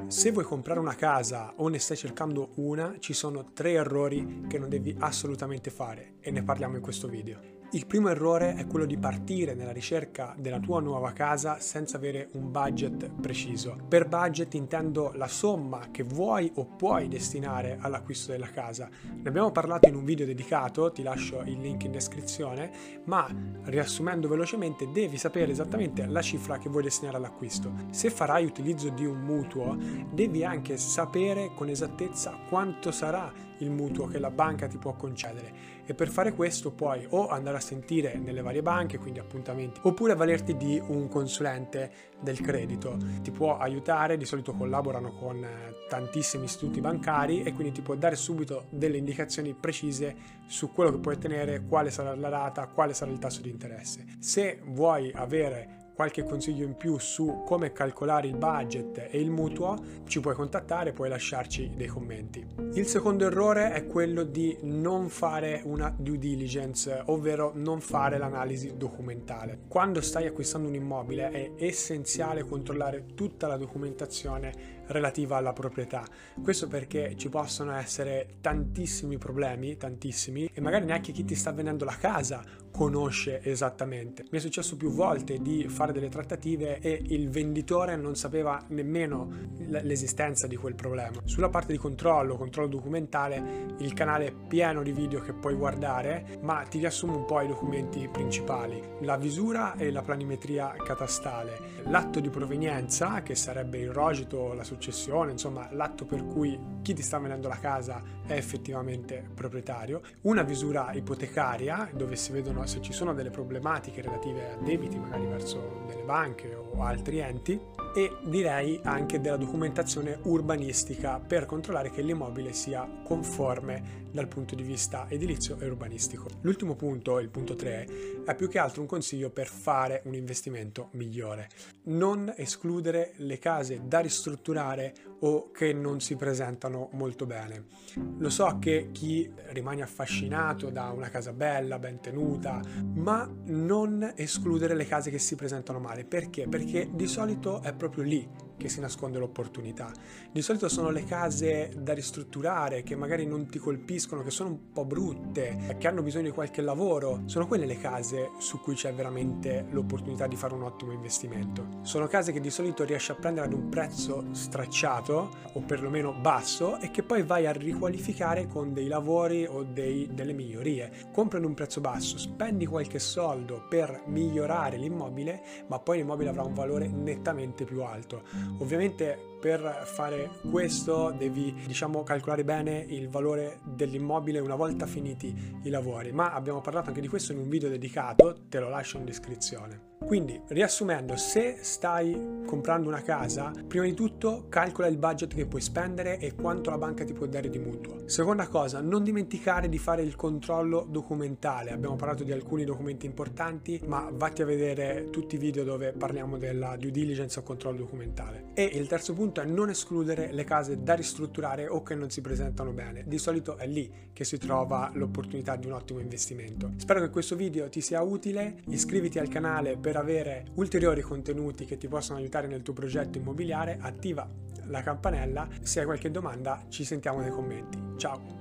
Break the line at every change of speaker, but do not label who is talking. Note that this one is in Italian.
Se vuoi comprare una casa o ne stai cercando una, ci sono 3 errori che non devi assolutamente fare e ne parliamo in questo video. Il primo errore è quello di partire nella ricerca della tua nuova casa senza avere un budget preciso. Per budget intendo la somma che vuoi o puoi destinare all'acquisto della casa. Ne abbiamo parlato in un video dedicato, ti lascio il link in descrizione, ma riassumendo velocemente devi sapere esattamente la cifra che vuoi destinare all'acquisto. Se farai utilizzo di un mutuo, devi anche sapere con esattezza quanto sarà il mutuo che la banca ti può concedere, e per fare questo puoi o andare a sentire nelle varie banche, quindi appuntamenti, oppure avvalerti di un consulente del credito. Ti può aiutare, di solito collaborano con tantissimi istituti bancari e quindi ti può dare subito delle indicazioni precise su quello che puoi ottenere, quale sarà la rata, quale sarà il tasso di interesse. Se vuoi avere qualche consiglio in più su come calcolare il budget e il mutuo, ci puoi contattare, puoi lasciarci dei commenti. Il secondo errore è quello di non fare una due diligence, ovvero non fare l'analisi documentale. Quando stai acquistando un immobile è essenziale controllare tutta la documentazione relativa alla proprietà. Questo perché ci possono essere tantissimi problemi, e magari neanche chi ti sta vendendo la casa conosce esattamente. Mi è successo più volte di fare delle trattative e il venditore non sapeva nemmeno l'esistenza di quel problema. Sulla parte di controllo documentale, il canale è pieno di video che puoi guardare, ma ti riassumo un po' i documenti principali: la visura e la planimetria catastale, l'atto di provenienza, che sarebbe il rogito, la successione, insomma l'atto per cui chi ti sta vendendo la casa è effettivamente proprietario, una visura ipotecaria dove si vedono se ci sono delle problematiche relative a debiti magari verso delle banche o altri enti, e direi anche della documentazione urbanistica per controllare che l'immobile sia conforme dal punto di vista edilizio e urbanistico. L'ultimo punto, il punto 3, è più che altro un consiglio per fare un investimento migliore. Non escludere le case da ristrutturare o che non si presentano molto bene. Lo so che chi rimane affascinato da una casa bella, ben tenuta, ma non escludere le case che si presentano male. Perché? Perché di solito è proprio lì che si nasconde l'opportunità. Di solito sono le case da ristrutturare che magari non ti colpiscono, che sono un po' brutte, che hanno bisogno di qualche lavoro. Sono quelle le case su cui c'è veramente l'opportunità di fare un ottimo investimento. Sono case che di solito riesci a prendere ad un prezzo stracciato o perlomeno basso e che poi vai a riqualificare con dei lavori o delle migliorie. Compra ad un prezzo basso, spendi qualche soldo per migliorare l'immobile, ma poi l'immobile avrà un valore nettamente più alto. Ovviamente per fare questo devi, calcolare bene il valore dell'immobile una volta finiti i lavori, ma abbiamo parlato anche di questo in un video dedicato, te lo lascio in descrizione. Quindi, riassumendo, se stai comprando una casa, prima di tutto calcola il budget che puoi spendere e quanto la banca ti può dare di mutuo. Seconda cosa, non dimenticare di fare il controllo documentale. Abbiamo parlato di alcuni documenti importanti, ma vatti a vedere tutti i video dove parliamo della due diligence o controllo documentale. E il terzo punto è non escludere le case da ristrutturare o che non si presentano bene. Di solito è lì che si trova l'opportunità di un ottimo investimento. Spero che questo video ti sia utile, iscriviti al canale per avere ulteriori contenuti che ti possono aiutare nel tuo progetto immobiliare, attiva la campanella, se hai qualche domanda ci sentiamo nei commenti. Ciao!